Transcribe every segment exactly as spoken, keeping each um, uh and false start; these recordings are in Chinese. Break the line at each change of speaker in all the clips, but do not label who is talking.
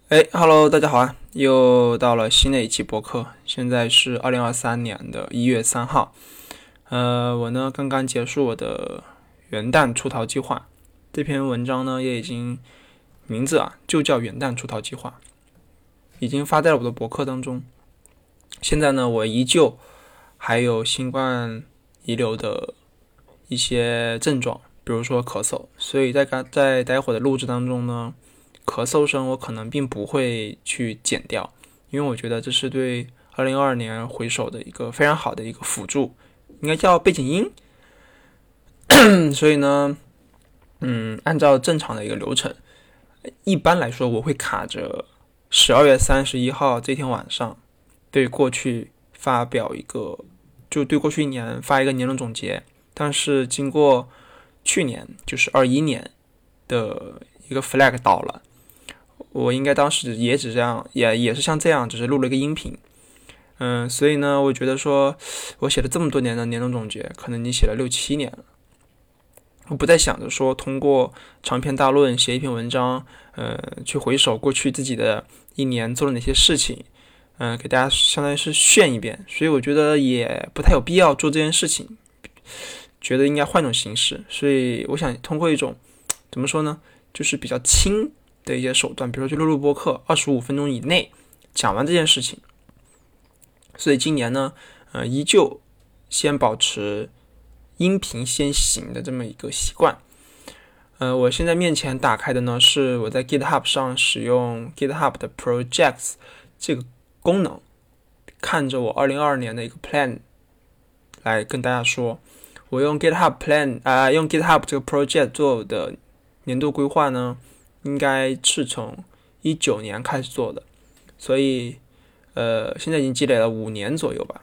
哎，Hello，大家好啊！又到了新的一期播客，现在是二零二三年的一月三号。呃，我呢刚刚结束我的元旦出逃计划，这篇文章呢也已经名字啊就叫元旦出逃计划，已经发在了我的博客当中。现在呢，我依旧还有新冠遗留的一些症状，比如说咳嗽，所以在刚在待会儿的录制当中呢。咳嗽声我可能并不会去剪掉，因为我觉得这是对二零二二年回首的一个非常好的一个辅助，应该叫背景音。所以呢，嗯，按照正常的一个流程，一般来说我会卡着十二月三十一号这天晚上对过去发表一个，就对过去一年发一个年终总结。但是经过去年就是二一年的一个 flag 倒了。我应该当时也只这样，也也是像这样，只是录了一个音频。嗯，所以呢，我觉得说，我写了这么多年的年终总结，可能你写了六七年了，我不再想着说通过长篇大论写一篇文章，呃，去回首过去自己的一年做了哪些事情，嗯、呃，给大家相当于是炫一遍。所以我觉得也不太有必要做这件事情，觉得应该换种形式。所以我想通过一种怎么说呢，就是比较轻的一些手段，比如说去录录播客，二十五分钟以内讲完这件事情。所以今年呢，呃，依旧先保持音频先行的这么一个习惯。呃，我现在面前打开的呢是我在 GitHub 上使用 GitHub 的 Projects 这个功能，看着我二零二二年的一个 plan 来跟大家说，我用 GitHub plan 啊、呃，用 GitHub 这个 project 做的年度规划呢。应该是从一九年开始做的，所以呃，现在已经积累了五年左右吧。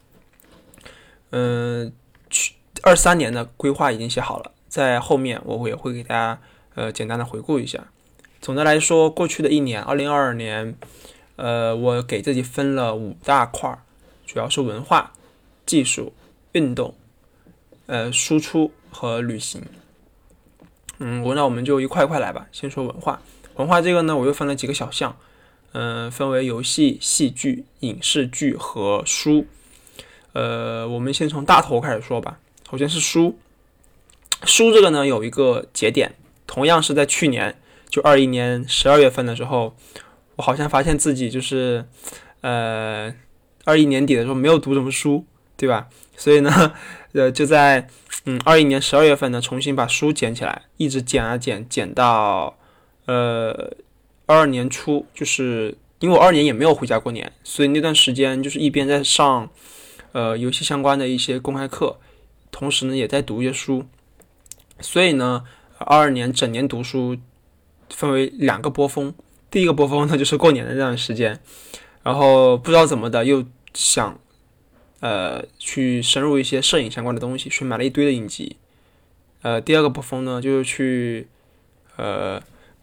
嗯、呃，二三年的规划已经写好了，在后面我也会给大家呃简单的回顾一下。总的来说，过去的一年，二零二二年，呃，我给自己分了五大块，主要是文化、技术、运动、呃输出和旅行。嗯，那我们就一块一块来吧。先说文化，文化这个呢，我又分了几个小项，嗯、呃，分为游戏、戏剧、影视剧和书。呃，我们先从大头开始说吧。首先是书，书这个呢有一个节点，同样是在去年，就二一年十二月份的时候，我好像发现自己就是，呃，二一年底的时候没有读什么书，对吧？所以呢，呃，就在嗯，二一年十二月份呢，重新把书捡起来，一直捡啊捡，捡到呃二二年初，就是因为我二年也没有回家过年，所以那段时间就是一边在上呃游戏相关的一些公开课，同时呢也在读一些书，所以呢，二二年整年读书分为两个波峰，第一个波峰呢就是过年的这段时间，然后不知道怎么的又想。呃，去深入一些摄影相关的东西，去买了一堆的影集。呃，第二个部分呢，就是去呃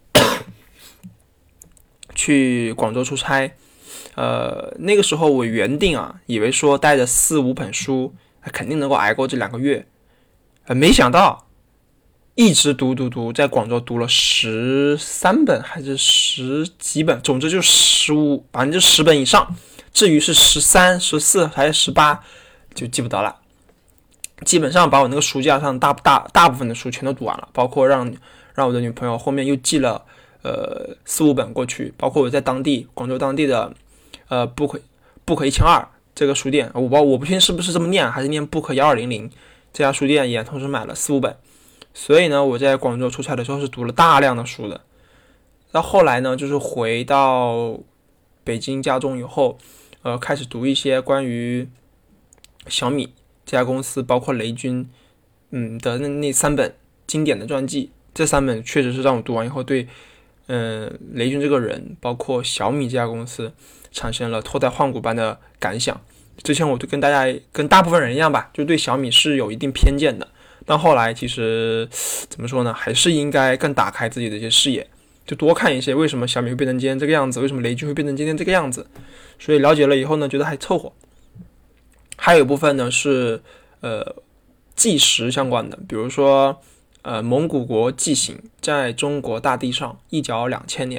去广州出差。呃，那个时候我原定啊，以为说带着四五本书，肯定能够挨过这两个月。呃，没想到一直读读读，在广州读了十三本还是十几本，总之就十五，反正就十本以上。至于是十三、十四还是十八，就记不得了。基本上把我那个书架上大大大部分的书全都读完了，包括让让我的女朋友后面又寄了呃四五本过去，包括我在当地广州当地的呃 book book 一千二这个书店，我不我不确定是不是这么念，还是念 book 幺二零零这家书店也同时买了四五本。所以呢，我在广州出差的时候是读了大量的书的。到后来呢，就是回到北京家中以后。呃，开始读一些关于小米这家公司，包括雷军，嗯的那那三本经典的传记，这三本确实是让我读完以后对，嗯、呃，雷军这个人，包括小米这家公司，产生了脱胎换骨般的感想。之前我就跟大家跟大部分人一样吧，就对小米是有一定偏见的，但后来其实怎么说呢，还是应该更打开自己的一些视野。就多看一些为什么小米会变成今天这个样子，为什么雷军会变成今天这个样子，所以了解了以后呢，觉得还凑合。还有一部分呢是呃纪实相关的，比如说呃蒙古国纪行在中国大地上一脚两千年，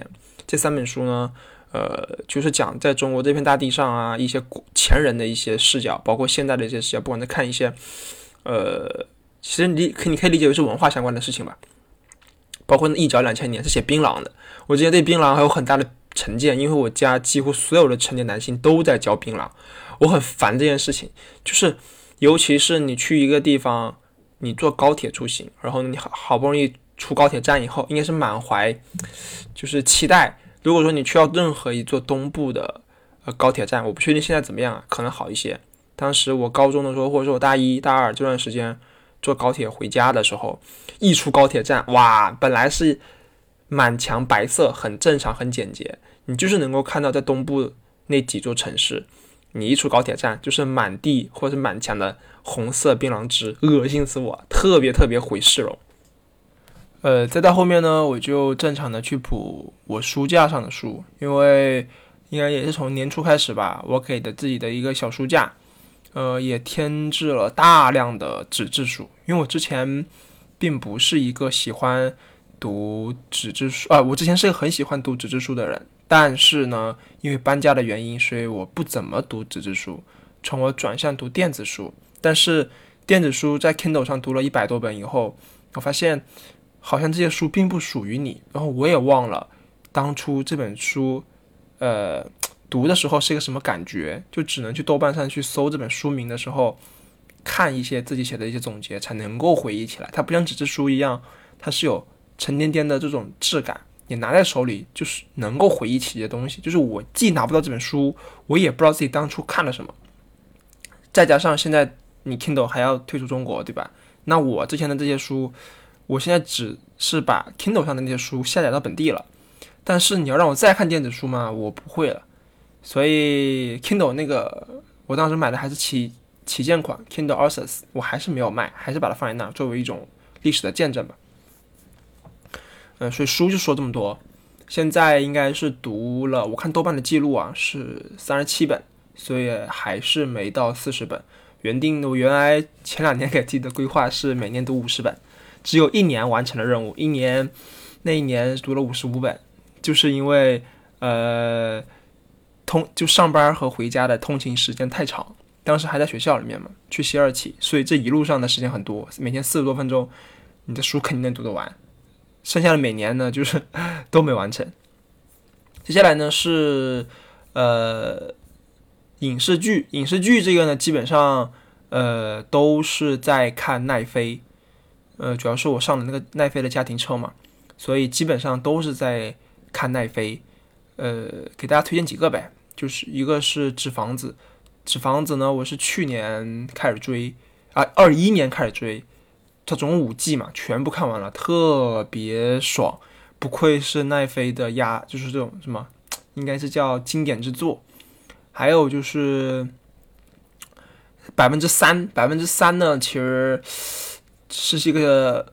这三本书呢，呃，就是讲在中国这片大地上啊，一些前人的一些视角，包括现在的一些视角，不管在看一些，呃，其实你可你可以理解为是文化相关的事情吧。包括一角两千年是写槟榔的，我之前对槟榔还有很大的成见，因为我家几乎所有的成年男性都在嚼槟榔，我很烦这件事情。就是尤其是你去一个地方，你坐高铁出行，然后你好好不容易出高铁站以后，应该是满怀就是期待。如果说你去到任何一座东部的呃高铁站，我不确定现在怎么样啊，可能好一些。当时我高中的时候，或者说我大一大二这段时间坐高铁回家的时候，一出高铁站，哇，本来是满墙白色，很正常很简洁，你就是能够看到在东部那几座城市，你一出高铁站就是满地或者是满墙的红色槟榔汁，恶心死我，特别特别毁市容。呃，再到后面呢，我就正常的去补我书架上的书，因为应该也是从年初开始吧，我给的自己的一个小书架，呃，也添置了大量的纸质书，因为我之前并不是一个喜欢读纸质书啊，我之前是个很喜欢读纸质书的人，但是呢，因为搬家的原因，所以我不怎么读纸质书，从而转向读电子书。但是电子书在 Kindle 上读了一百多本以后，我发现好像这些书并不属于你，然后我也忘了当初这本书呃读的时候是一个什么感觉，就只能去豆瓣上去搜这本书名的时候，看一些自己写的一些总结，才能够回忆起来。它不像纸质书一样，它是有沉甸甸的这种质感，你拿在手里就是能够回忆起这些东西。就是我既拿不到这本书，我也不知道自己当初看了什么。再加上现在你 Kindle 还要退出中国，对吧？那我之前的这些书，我现在只是把 Kindle 上的那些书下载到本地了，但是你要让我再看电子书吗？我不会了。所以 Kindle 那个我当时买的还是旗旗舰款 Kindle Oasis， 我还是没有卖，还是把它放在那作为一种历史的见证吧。嗯，所以书就说这么多。现在应该是读了，我看豆瓣的记录啊是三十七本，所以还是没到四十本。原定我原来前两年给自己的规划是每年读五十本，只有一年完成了任务，一年那一年读了五十五本，就是因为呃通就上班和回家的通勤时间太长，当时还在学校里面嘛，去西二旗，所以这一路上的时间很多，每天四十多分钟，你的书肯定能读得完。剩下的每年呢，就是都没完成。接下来呢是呃影视剧，影视剧这个呢，基本上呃都是在看奈飞，呃主要是我上了那个奈飞的家庭车嘛，所以基本上都是在看奈飞。呃，给大家推荐几个呗，就是一个是《纸房子》，《纸房子》呢，我是去年开始追啊，二一年开始追。它总共五季嘛，全部看完了，特别爽，不愧是奈飞的压，就是这种什么，应该是叫经典之作。还有就是百分之三，百分之三呢，其实是一个，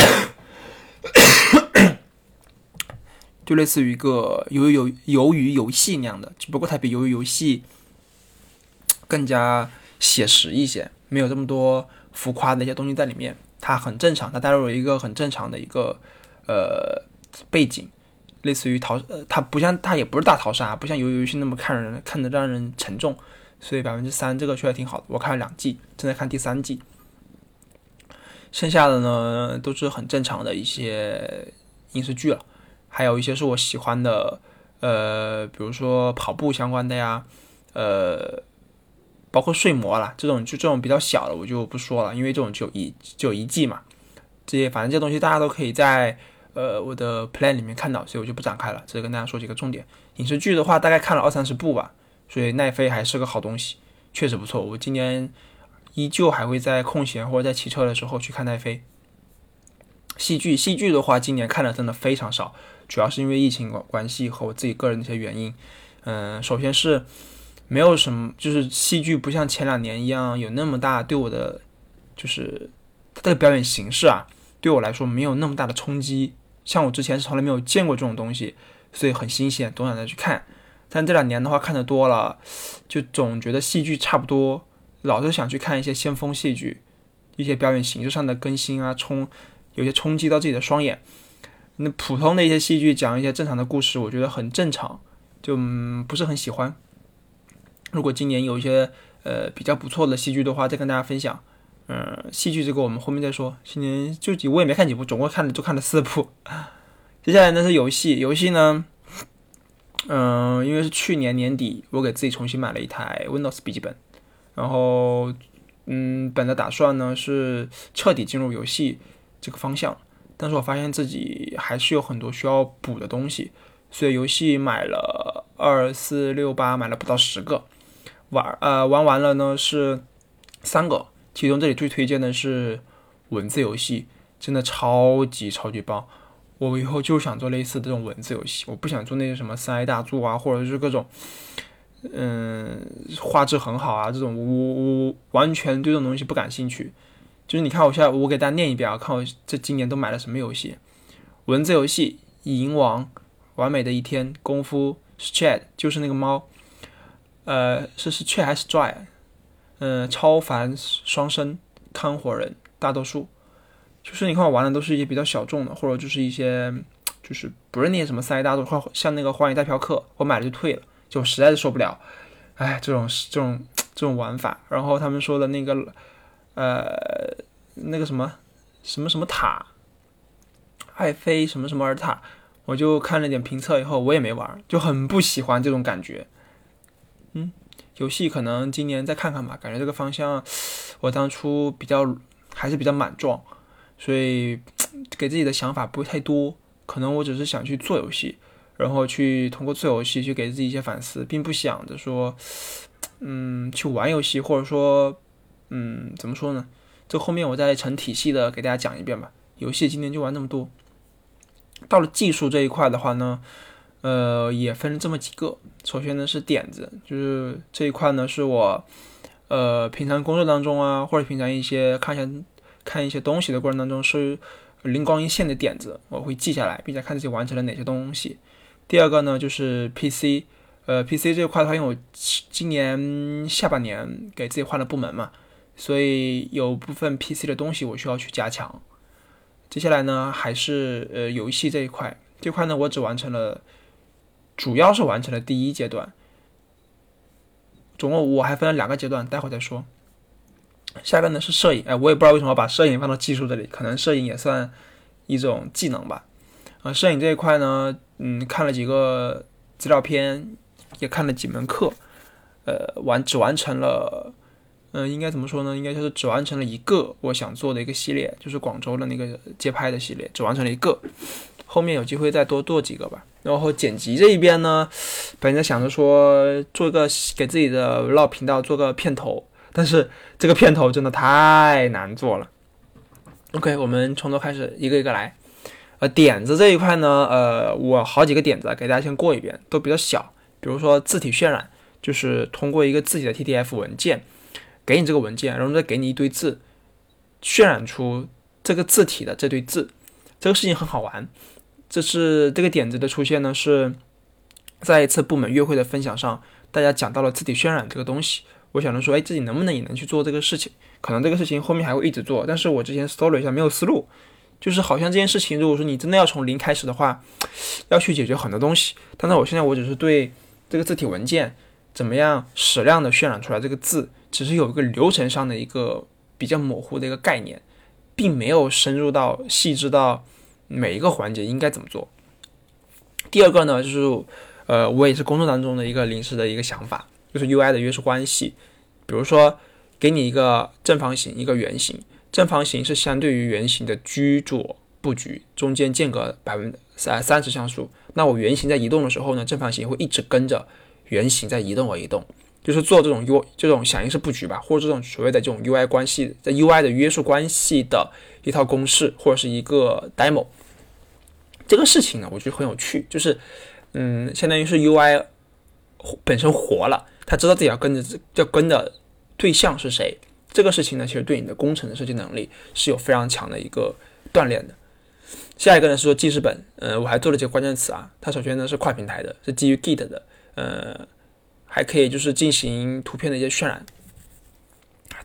就类似于一个鱿鱼游鱿鱼游戏那样的，只不过它比鱿鱼游戏更加写实一些，没有这么多浮夸的一些东西在里面。它很正常，它带入了一个很正常的一个呃背景，类似于逃，呃，它不像，它也不是大逃杀，不像游游戏那么看人看得让人沉重，所以百分之三这个确实挺好的。我看了两季，正在看第三季，剩下的呢都是很正常的一些影视剧了，还有一些是我喜欢的，呃，比如说跑步相关的呀，呃。包括睡魔啦，这种就这种比较小的我就不说了，因为这种只有一只有一季嘛，这些反正这些东西大家都可以在呃我的 plan 里面看到，所以我就不展开了，只是跟大家说几个重点。影视剧的话，大概看了二三十部吧，所以奈飞还是个好东西，确实不错。我今年依旧还会在空闲或者在骑车的时候去看奈飞。戏剧戏剧的话，今年看的真的非常少，主要是因为疫情关系和我自己个人的一些原因。嗯、呃，首先是。没有什么，就是戏剧不像前两年一样有那么大对我的，就是它的表演形式啊，对我来说没有那么大的冲击。像我之前是从来没有见过这种东西，所以很新鲜，总想再去看。但这两年的话看得多了，就总觉得戏剧差不多，老是想去看一些先锋戏剧，一些表演形式上的更新啊，冲有些冲击到自己的双眼。 那普通的一些戏剧讲一些正常的故事，我觉得很正常，就、嗯、不是很喜欢。如果今年有一些呃比较不错的戏剧的话，再跟大家分享。嗯，戏剧这个我们后面再说。今年就几我也没看几部，总共看了就看了四部。接下来呢是游戏，游戏呢，嗯，因为是去年年底，我给自己重新买了一台 Windows 笔记本，然后嗯，本的打算呢是彻底进入游戏这个方向，但是我发现自己还是有很多需要补的东西，所以游戏买了二四六八，买了不到十个，玩呃玩完了呢是三个。其中这里最推荐的是文字游戏，真的超级超级棒。我以后就想做类似的这种文字游戏，我不想做那些什么三 A 大作啊，或者是各种嗯画质很好啊这种，我我完全对这种东西不感兴趣。就是你看我现在我给大家念一遍啊，看我这今年都买了什么游戏：文字游戏《蚁王》、完美的一天、功夫、Stride 就是那个猫，呃是是 Stride 还是 Dry？嗯，超凡双生、看火人、大多数，就是你看我玩的都是一些比较小众的，或者就是一些就是不是那些什么三 A 大作，像那个《荒野大镖客》，我买了就退了，就实在是受不了，哎，这种这种这种玩法。然后他们说的那个呃那个什么什么什么塔，爱妃什么什么尔塔，我就看了点评测以后，我也没玩，就很不喜欢这种感觉，嗯。游戏可能今年再看看吧，感觉这个方向我当初比较还是比较莽撞，所以给自己的想法不会太多，可能我只是想去做游戏，然后去通过做游戏去给自己一些反思，并不想着说嗯去玩游戏，或者说嗯怎么说呢，这后面我再成体系的给大家讲一遍吧。游戏今年就玩那么多，到了技术这一块的话呢，呃，也分这么几个。首先呢是点子，就是这一块呢是我，呃，平常工作当中啊，或者平常一些看一下看一些东西的过程当中是灵光一现的点子，我会记下来，并且看自己完成了哪些东西。第二个呢就是 P C， 呃 ，P C 这一块的话，因为我今年下半年给自己换了部门嘛，所以有部分 P C 的东西我需要去加强。接下来呢还是呃游戏这一块，这块呢我只完成了。主要是完成了第一阶段，总共我还分了两个阶段，待会再说。下个呢是摄影，哎，我也不知道为什么把摄影放到技术这里，可能摄影也算一种技能吧。呃，摄影这一块呢，嗯，看了几个资料片，也看了几门课，呃，完只完成了，嗯、呃，应该怎么说呢？应该就是只完成了一个我想做的一个系列，就是广州的那个街拍的系列，只完成了一个。后面有机会再多做几个吧。然后剪辑这一边呢，本来想着说做个给自己的 vlog 频道做个片头，但是这个片头真的太难做了。OK， 我们从头开始一个一个来。呃，点子这一块呢，呃，我好几个点子给大家先过一遍，都比较小。比如说字体渲染，就是通过一个字体的 T T F 文件，给你这个文件，然后再给你一堆字，渲染出这个字体的这堆字，这个事情很好玩。这是这个点子的出现呢，是在一次部门约会的分享上，大家讲到了字体渲染这个东西。我想着说，哎，自己能不能也能去做这个事情？可能这个事情后面还会一直做，但是我之前搜了一下，没有思路。就是好像这件事情，如果说你真的要从零开始的话，要去解决很多东西。但是我现在我只是对这个字体文件怎么样矢量的渲染出来这个字，只是有一个流程上的一个比较模糊的一个概念，并没有深入到细致到每一个环节应该怎么做。第二个呢，就是呃，我也是工作当中的一个临时的一个想法，就是 U I 的约束关系。比如说，给你一个正方形，一个圆形，正方形是相对于圆形的居左布局，中间间隔百分之三十像素。那我圆形在移动的时候呢，正方形会一直跟着圆形在移动而移动，就是做这种 U 这种响应式布局吧，或者这种所谓的这种 U I 关系，在 U I 的约束关系的一套公式或者是一个 demo。这个事情呢，我觉得很有趣，就是嗯，相当于是 U I 本身活了，他知道自己要跟着要跟的对象是谁。这个事情呢，其实对你的工程的设计能力是有非常强的一个锻炼的。下一个呢是说记事本，呃，我还做了几个关键词啊。它首先呢是跨平台的，是基于 Git 的，呃，还可以就是进行图片的一些渲染。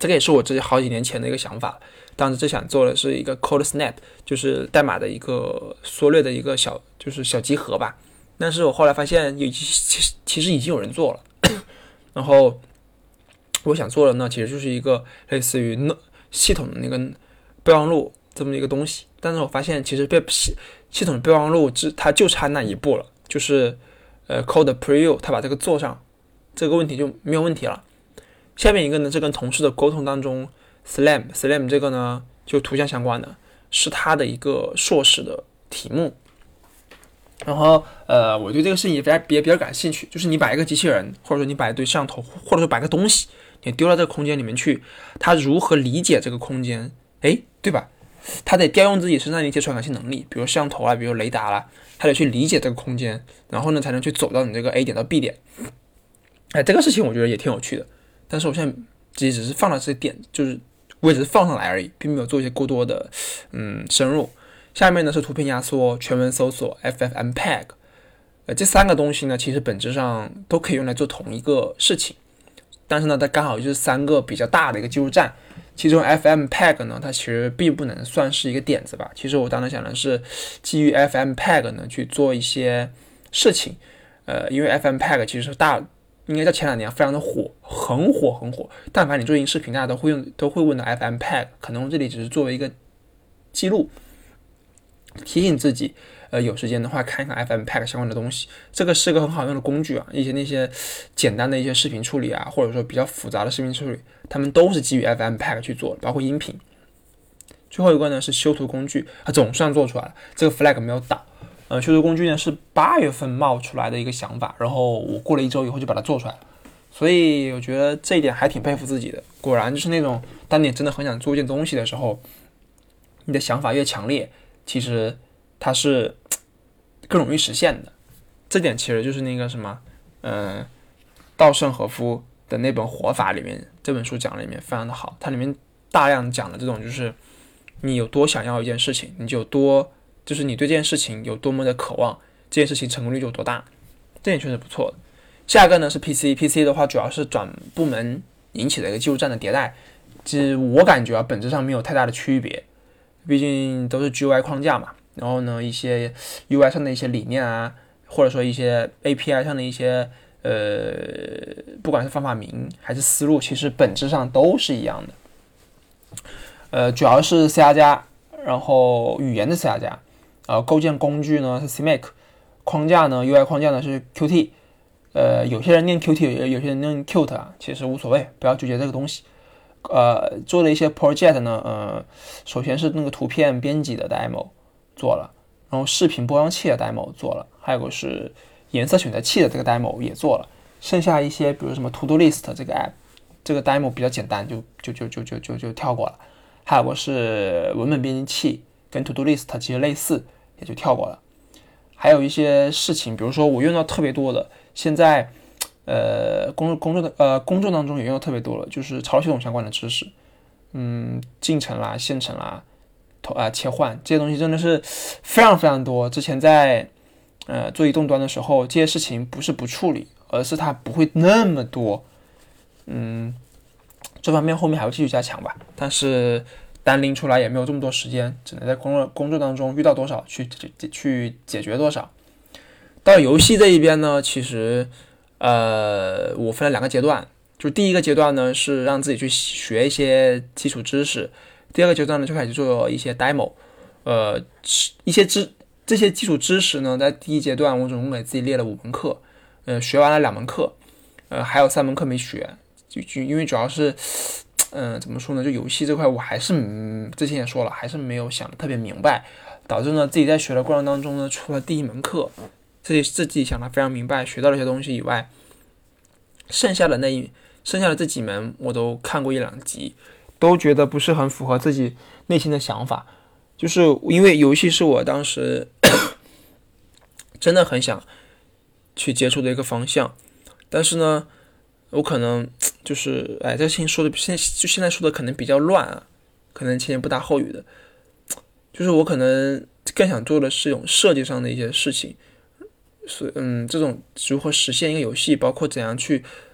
这个也是我自己好几年前的一个想法，当时最想做的是一个 code snap， 就是代码的一个缩略的一个小就是小集合吧。但是我后来发现有其其实已经有人做了，然后我想做的呢，其实就是一个类似于系统的那个备忘录这么一个东西。但是我发现其实备系系统的备忘录它就差那一步了，就是呃 code preview， 它把这个做上，这个问题就没有问题了。下面一个呢，是跟同事的沟通当中 slam slam 这个呢就图像相关的，是他的一个硕士的题目。然后呃，我对这个事情也比较比较感兴趣，就是你把一个机器人，或者说你把一堆摄像头，或者说把一个东西你丢到这个空间里面去，它如何理解这个空间？哎，对吧？它得调用自己身上的一些传感器能力，比如摄像头啊，比如雷达啦，它得去理解这个空间，然后呢才能去走到你这个 A 点到 B 点。哎，这个事情我觉得也挺有趣的，但是我现在自己只是放到这些点，就是我也只是放上来而已，并没有做一些过多的嗯深入。下面呢是图片压缩、全文搜索、F F M P E G， 呃，这三个东西呢，其实本质上都可以用来做同一个事情，但是呢，它刚好就是三个比较大的一个记录站。其中 F M P E G 呢，它其实并不能算是一个点子吧。其实我当时想的是基于 F M P E G 呢去做一些事情，呃，因为 F M P E G 其实大，应该在前两年非常的火，很火很火。但凡你做音视频，大家都会用都会问到 F M P E G， 可能这里只是作为一个记录。提醒自己，呃，有时间的话看一看 F M P E G 相关的东西，这个是个很好用的工具啊。一些那些简单的一些视频处理啊，或者说比较复杂的视频处理，他们都是基于 F M P E G 去做的，包括音频。最后一个呢是修图工具，它总算做出来了，这个 flag 没有倒。呃，修图工具呢是八月份冒出来的一个想法，然后我过了一周以后就把它做出来了，所以我觉得这一点还挺佩服自己的。果然就是那种当你真的很想做一件东西的时候，你的想法越强烈，其实它是更容易实现的。这点其实就是那个什么，呃，稻盛和夫的那本《活法》里面，这本书讲的里面非常的好，它里面大量讲的这种就是你有多想要一件事情，你就有多就是你对这件事情有多么的渴望，这件事情成功率就有多大，这点确实不错的。下一个呢是 P C，P C 的话主要是转部门引起的一个技术站的迭代，其实我感觉啊本质上没有太大的区别。毕竟都是 G U I 框架嘛，然后呢，一些 U I 上的一些理念啊，或者说一些 A P I 上的一些呃，不管是方法名还是思路，其实本质上都是一样的。呃，主要是 C 加加，然后语言的 C 加加，呃，构建工具呢是 C Make， 框架呢 U I 框架呢是 Qt， 呃，有些人念 Qt， 有些人念 Qt 啊，其实无所谓，不要纠结这个东西。呃，做了一些 project 呢，呃，首先是那个图片编辑的 demo 做了，然后视频播放器的 demo 做了，还有个是颜色选择器的这个 demo 也做了，剩下一些比如什么 to do list 这个 app， 这个 demo 比较简单，就就就就就就就跳过了，还有个是文本编辑器跟 to do list 其实类似，也就跳过了，还有一些事情，比如说我用到特别多的，现在。呃，工作工作的呃工作当中也用的特别多了，就是操作系统相关的知识，嗯，进程啦、线程啦、投啊、呃、切换这些东西真的是非常非常多。之前在呃做移动端的时候，这些事情不是不处理，而是它不会那么多。嗯，这方面后面还会继续加强吧，但是单拎出来也没有这么多时间，只能在工作工作当中遇到多少去去解决多少。到游戏这一边呢，其实。呃，我分了两个阶段，就第一个阶段呢是让自己去学一些基础知识，第二个阶段呢就开始做一些 demo， 呃，一些知这些基础知识呢，在第一阶段我总共给自己列了五门课，呃，学完了两门课，呃，还有三门课没学，就就因为主要是，嗯、呃，怎么说呢，就游戏这块我还是、嗯、之前也说了，还是没有想的特别明白，导致呢自己在学的过程当中呢，除了第一门课。自己自己想的非常明白，学到了一些东西以外，剩下的那一剩下的这几门我都看过一两集，都觉得不是很符合自己内心的想法。就是因为游戏是我当时真的很想去接触的一个方向，但是呢，我可能就是哎，这个事情说的现就现在说的可能比较乱啊，可能前言不搭后语的，就是我可能更想做的是这种设计上的一些事情。是嗯，这种如何实现一个游戏，包括怎样去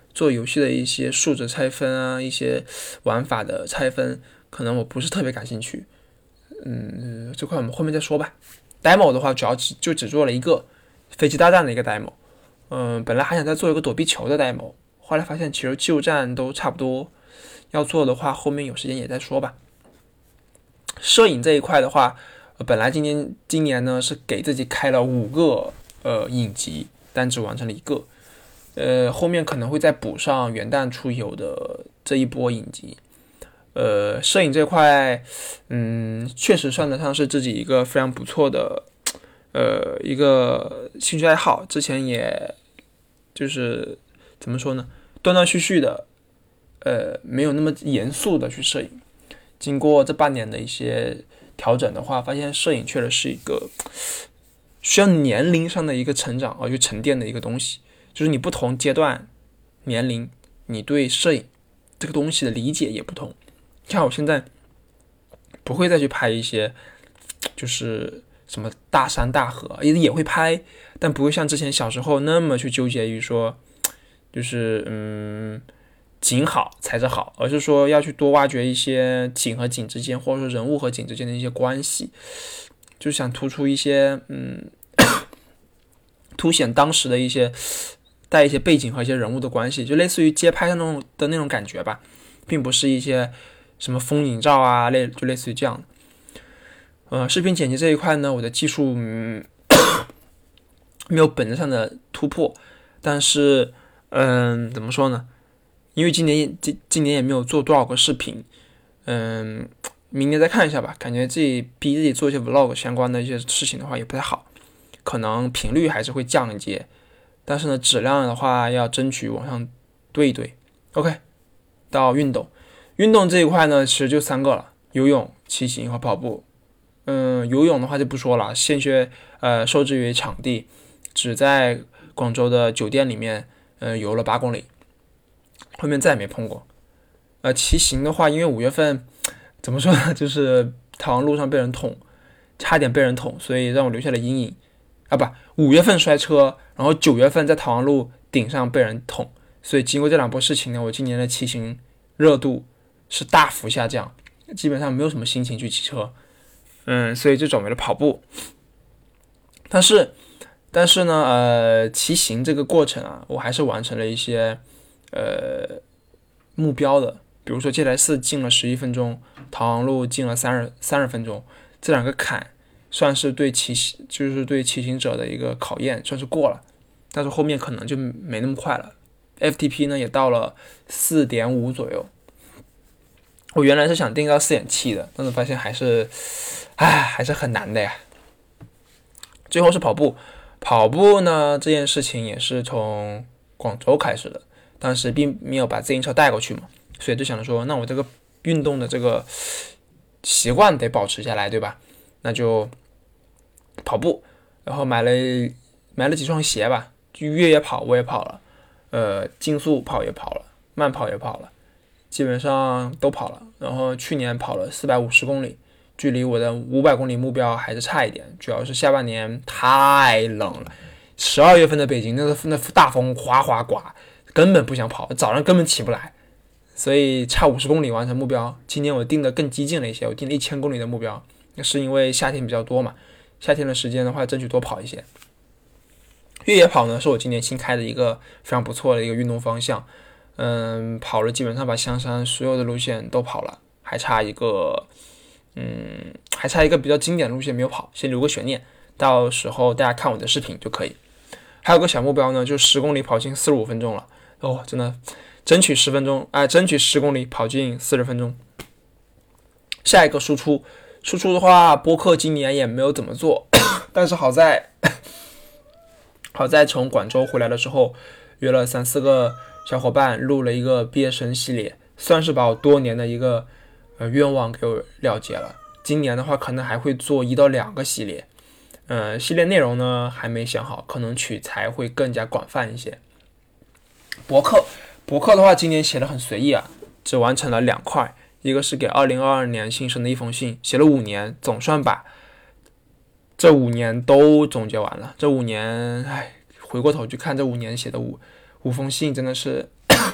做游戏的一些数值拆分啊，一些玩法的拆分，可能我不是特别感兴趣。嗯，这块我们后面再说吧。demo 的话，主要只就只做了一个飞机大战的一个 demo。嗯，本来还想再做一个躲避球的 demo， 后来发现其实技术战都差不多，要做的话后面有时间也再说吧。摄影这一块的话，呃、本来今年今年呢是给自己开了五个呃影集，但只完成了一个。呃，后面可能会再补上元旦出游的这一波影集。呃，摄影这块，嗯，确实算得上是自己一个非常不错的，呃，一个兴趣爱好。之前也就是怎么说呢，断断续续的，呃，没有那么严肃的去摄影。经过这半年的一些调整的话，发现摄影确实是一个需要年龄上的一个成长而去沉淀的一个东西。就是你不同阶段年龄，你对摄影这个东西的理解也不同。像我现在不会再去拍一些就是什么大山大河，也也会拍，但不会像之前小时候那么去纠结于说就是嗯景好才是好，而是说要去多挖掘一些景和景之间，或者说人物和景之间的一些关系，就想突出一些嗯凸显当时的一些带一些背景和一些人物的关系，就类似于街拍的那种的那种感觉吧，并不是一些什么风景照啊，类就类似于这样。呃，视频剪辑这一块呢，我的技术嗯没有本质上的突破，但是嗯怎么说呢？因为今年今今年也没有做多少个视频，嗯，明年再看一下吧。感觉自己逼自己做一些 vlog 相关的一些事情的话也不太好，可能频率还是会降一阶，但是呢，质量的话要争取往上对一对。OK， 到运动，运动这一块呢，其实就三个了：游泳、骑行和跑步。嗯，游泳的话就不说了，现学呃受制于场地，只在广州的酒店里面，呃游了八公里。后面再也没碰过。呃，骑行的话，因为五月份怎么说呢，就是太阳路上被人捅，差点被人捅，所以让我留下了阴影。啊不，五月份摔车，然后九月份在太阳路顶上被人捅，所以经过这两波事情呢，我今年的骑行热度是大幅下降，基本上没有什么心情去骑车。嗯，所以就转为了跑步。但是，但是呢，呃，骑行这个过程啊，我还是完成了一些。呃，目标的，比如说戒台寺进了十一分钟，桃阳路进了三十三十分钟，这两个坎算是对骑就是对骑行者的一个考验，算是过了。但是后面可能就没那么快了。F T P 呢也到了四点五左右，我原来是想定到四点七的，但是发现还是，唉，还是很难的呀。最后是跑步，跑步呢这件事情也是从广州开始的。当时并没有把自行车带过去嘛，所以就想着说，那我这个运动的这个习惯得保持下来，对吧？那就跑步，然后买了买了几双鞋吧，就越野跑我也跑了，呃，竞速跑也跑了，慢跑也跑了，基本上都跑了。然后去年跑了四百五十公里，距离我的五百公里目标还是差一点，主要是下半年太冷了，十二月份的北京那那大风哗哗刮。根本不想跑，早上根本起不来，所以差五十公里完成目标。今年我定的更激进了一些，我定了一千公里的目标，那是因为夏天比较多嘛，夏天的时间的话争取多跑一些。越野跑呢是我今年新开的一个非常不错的一个运动方向，嗯，跑了基本上把香山所有的路线都跑了，还差一个，嗯，还差一个比较经典的路线没有跑，先留个悬念，到时候大家看我的视频就可以。还有个小目标呢，就十公里跑进四十五分钟了。哦，真的，争取十分钟，哎、呃，争取十公里跑进四十分钟。下一个输出，输出的话，播客今年也没有怎么做，但是好在，好在从广州回来的时候，约了三四个小伙伴录了一个毕业生系列，算是把我多年的一个呃愿望给我了结了。今年的话，可能还会做一到两个系列，呃，系列内容呢还没想好，可能取材会更加广泛一些。博客，博客的话，今年写的很随意啊，只完成了两块，一个是给二零二二年新生的一封信，写了五年，总算把这五年都总结完了。这五年，哎，回过头去看这五年写的五五封信，真的是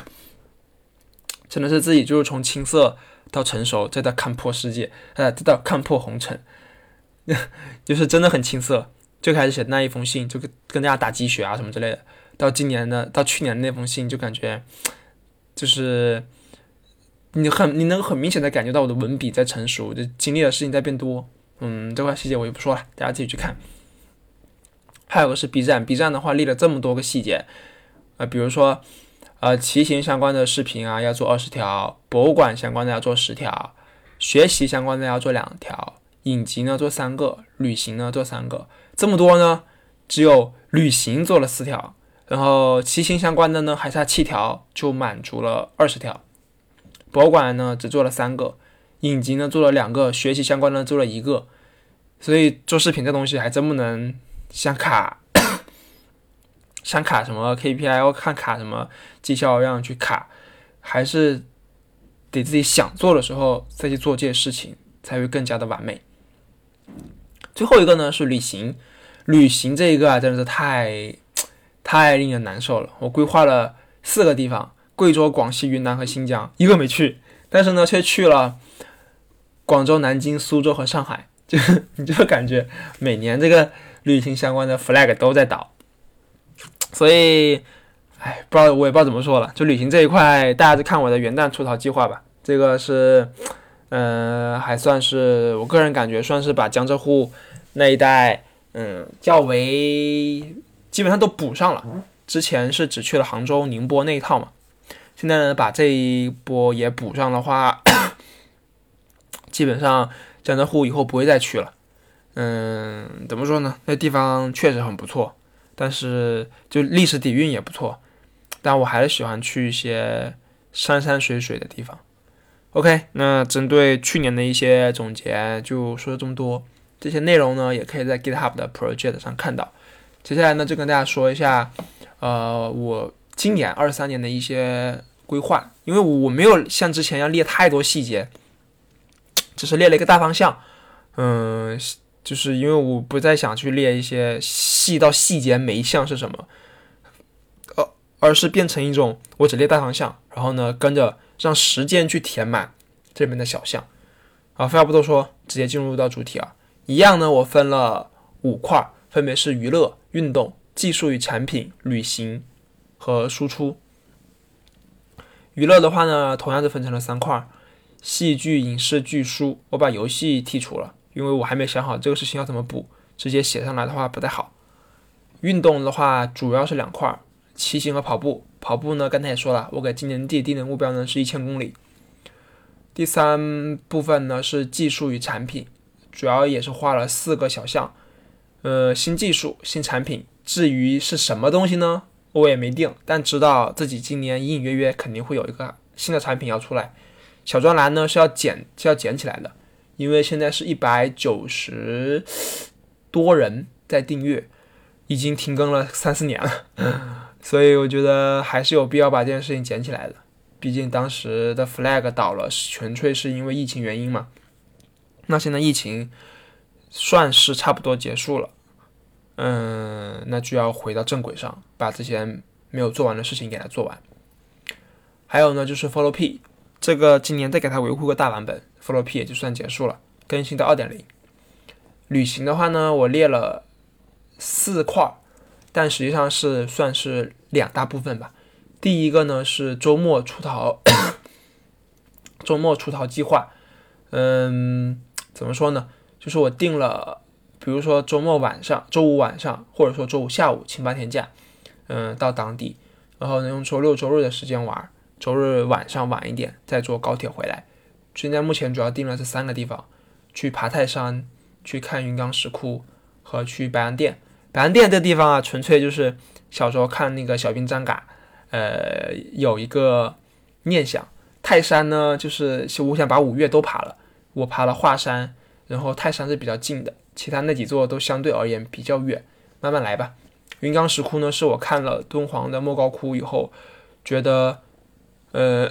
真的是自己就是从青涩到成熟，再到看破世界，呃，再到看破红尘，就是真的很青涩。最开始写的那一封信，就跟跟大家打鸡血啊什么之类的，到今年的到去年的那封信，就感觉就是你很你能很明显的感觉到我的文笔在成熟，就经历的事情在变多。嗯，这块细节我就不说了，大家自己去看。还有个是 B 站 ，B 站的话列了这么多个细节，呃，比如说呃骑行相关的视频啊要做二十条，博物馆相关的要做十条，学习相关的要做两条，影集呢做三个，旅行呢做三个。这么多呢，只有旅行做了四条，然后骑行相关的呢还差七条，就满足了二十条。博物馆呢只做了三个，影集呢做了两个，学习相关的做了一个。所以做视频这东西还真不能像卡像卡什么 K P I 或看卡什么绩效一样去卡，还是得自己想做的时候再去做这些事情，才会更加的完美。最后一个呢是旅行，旅行这一个啊真的是太太令人难受了。我规划了四个地方，贵州、广西、云南和新疆，一个没去，但是呢却去了广州、南京、苏州和上海，就是你就感觉每年这个旅行相关的 flag 都在倒。所以哎，不知道我也不知道怎么说了，就旅行这一块大家就看我的元旦出逃计划吧。这个是呃，还算是我个人感觉算是把江浙沪那一带嗯较为基本上都补上了。之前是只去了杭州、宁波那一套嘛，现在呢把这一波也补上的话，基本上江浙沪以后不会再去了。嗯，怎么说呢？那地方确实很不错，但是就历史底蕴也不错，但我还是喜欢去一些山山水水的地方。OK， 那针对去年的一些总结就说这么多，这些内容呢也可以在 GitHub 的 project 上看到。接下来呢就跟大家说一下，呃，我今年二三年的一些规划，因为我没有像之前要列太多细节，只是列了一个大方向。嗯，就是因为我不再想去列一些细到细节每一项是什么，呃，而是变成一种我只列大方向，然后呢跟着让时间去填满这边的小项。好，废话不多说，直接进入到主题啊。一样呢，我分了五块，分别是娱乐、运动、技术与产品、旅行和输出。娱乐的话呢，同样是分成了三块，戏剧、影视剧、书。我把游戏剔除了，因为我还没想好这个事情要怎么补，直接写上来的话不太好。运动的话主要是两块，骑行和跑步。跑步呢刚才也说了，我给今年底定的目标呢是一千公里。第三部分呢是技术与产品，主要也是画了四个小项，呃，新技术、新产品。至于是什么东西呢，我也没定，但知道自己今年隐隐约约肯定会有一个新的产品要出来。小专栏呢是要捡是要捡起来的，因为现在是一百九十多人在订阅，已经停更了三四年了，所以我觉得还是有必要把这件事情捡起来的。毕竟当时的 flag 倒了，纯粹是因为疫情原因嘛。那现在疫情算是差不多结束了，嗯，那就要回到正轨上，把这些没有做完的事情给它做完。还有呢，就是 Follow P， 这个今年再给它维护个大版本 ，Follow P 也就算结束了，更新到 二点零。旅行的话呢，我列了四块，但实际上是算是两大部分吧。第一个呢是周末出逃，周末出逃计划。嗯，怎么说呢？就是我定了，比如说周末晚上、周五晚上，或者说周五下午请半天假，嗯，到当地，然后呢用周六、周日的时间玩，周日晚上晚一点再坐高铁回来。现在目前主要定了这三个地方：去爬泰山、去看云冈石窟和去白洋淀。白洋淀这地方啊，纯粹就是小时候看那个小兵张嘎。呃，有一个念想。泰山呢，就是我想把五岳都爬了，我爬了华山，然后泰山是比较近的，其他那几座都相对而言比较远，慢慢来吧。云冈石窟呢，是我看了敦煌的莫高窟以后，觉得，呃，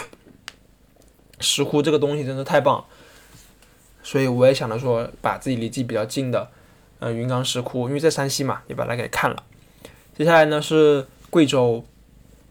石窟这个东西真的太棒，所以我也想着说，把自己离自己比较近的，呃，云冈石窟，因为在山西嘛，也把它给看了。接下来呢是贵州。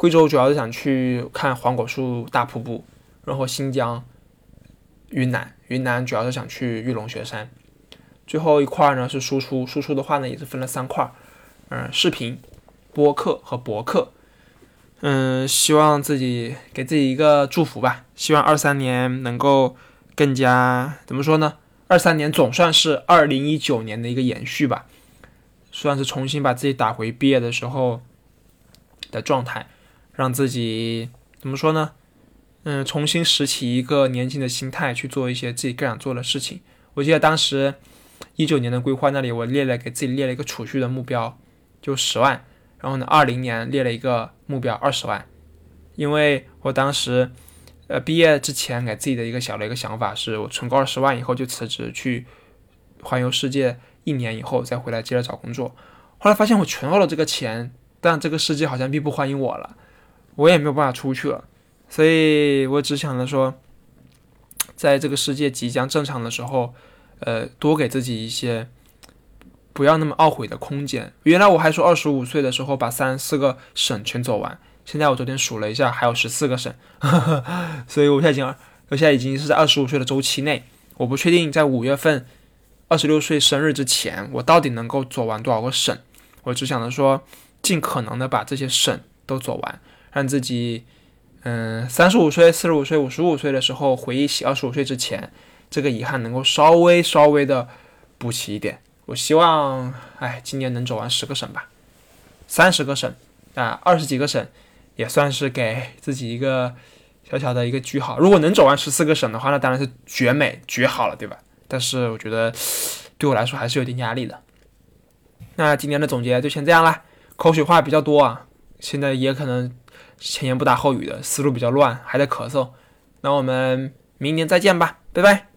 贵州主要是想去看黄果树大瀑布，然后新疆、云南，云南主要是想去玉龙雪山。最后一块呢是输出，输出的话呢也是分了三块，嗯，视频、播客和博客。嗯，希望自己给自己一个祝福吧，希望二三年能够更加怎么说呢？二三年总算是二零一九年的一个延续吧，算是重新把自己打回毕业的时候的状态，让自己怎么说呢？嗯，重新拾起一个年轻的心态，去做一些自己更想做的事情。我记得当时一九年的规划那里，我列了给自己列了一个储蓄的目标，就十万。然后呢，二零年列了一个目标二十万，因为我当时呃毕业之前给自己的一个小的一个想法是，我存够二十万以后就辞职去环游世界，一年以后再回来接着找工作。后来发现我存够了这个钱，但这个世界好像并不欢迎我了，我也没有办法出去了，所以我只想着说，在这个世界即将正常的时候，呃，多给自己一些不要那么懊悔的空间。原来我还说二十五岁的时候把三十四个省全走完，现在我昨天数了一下，还有十四个省，呵呵，所以我现在已经，我现在已经是在二十五岁的周期内，我不确定在五月份二十六岁生日之前，我到底能够走完多少个省。我只想着说，尽可能的把这些省都走完，让自己，嗯，三十五岁、四十五岁、五十五岁的时候回忆起二十五岁之前这个遗憾，能够稍微稍微的补齐一点。我希望，哎，今年能走完十个省吧，三十个省啊，二十几个省，也算是给自己一个小小的一个句号。如果能走完十四个省的话，那当然是绝美绝好了，对吧？但是我觉得对我来说还是有点压力的。那今年的总结就先这样啦，口水话比较多啊，现在也可能前言不搭后语的，思路比较乱，还在咳嗽。那我们明年再见吧，拜拜。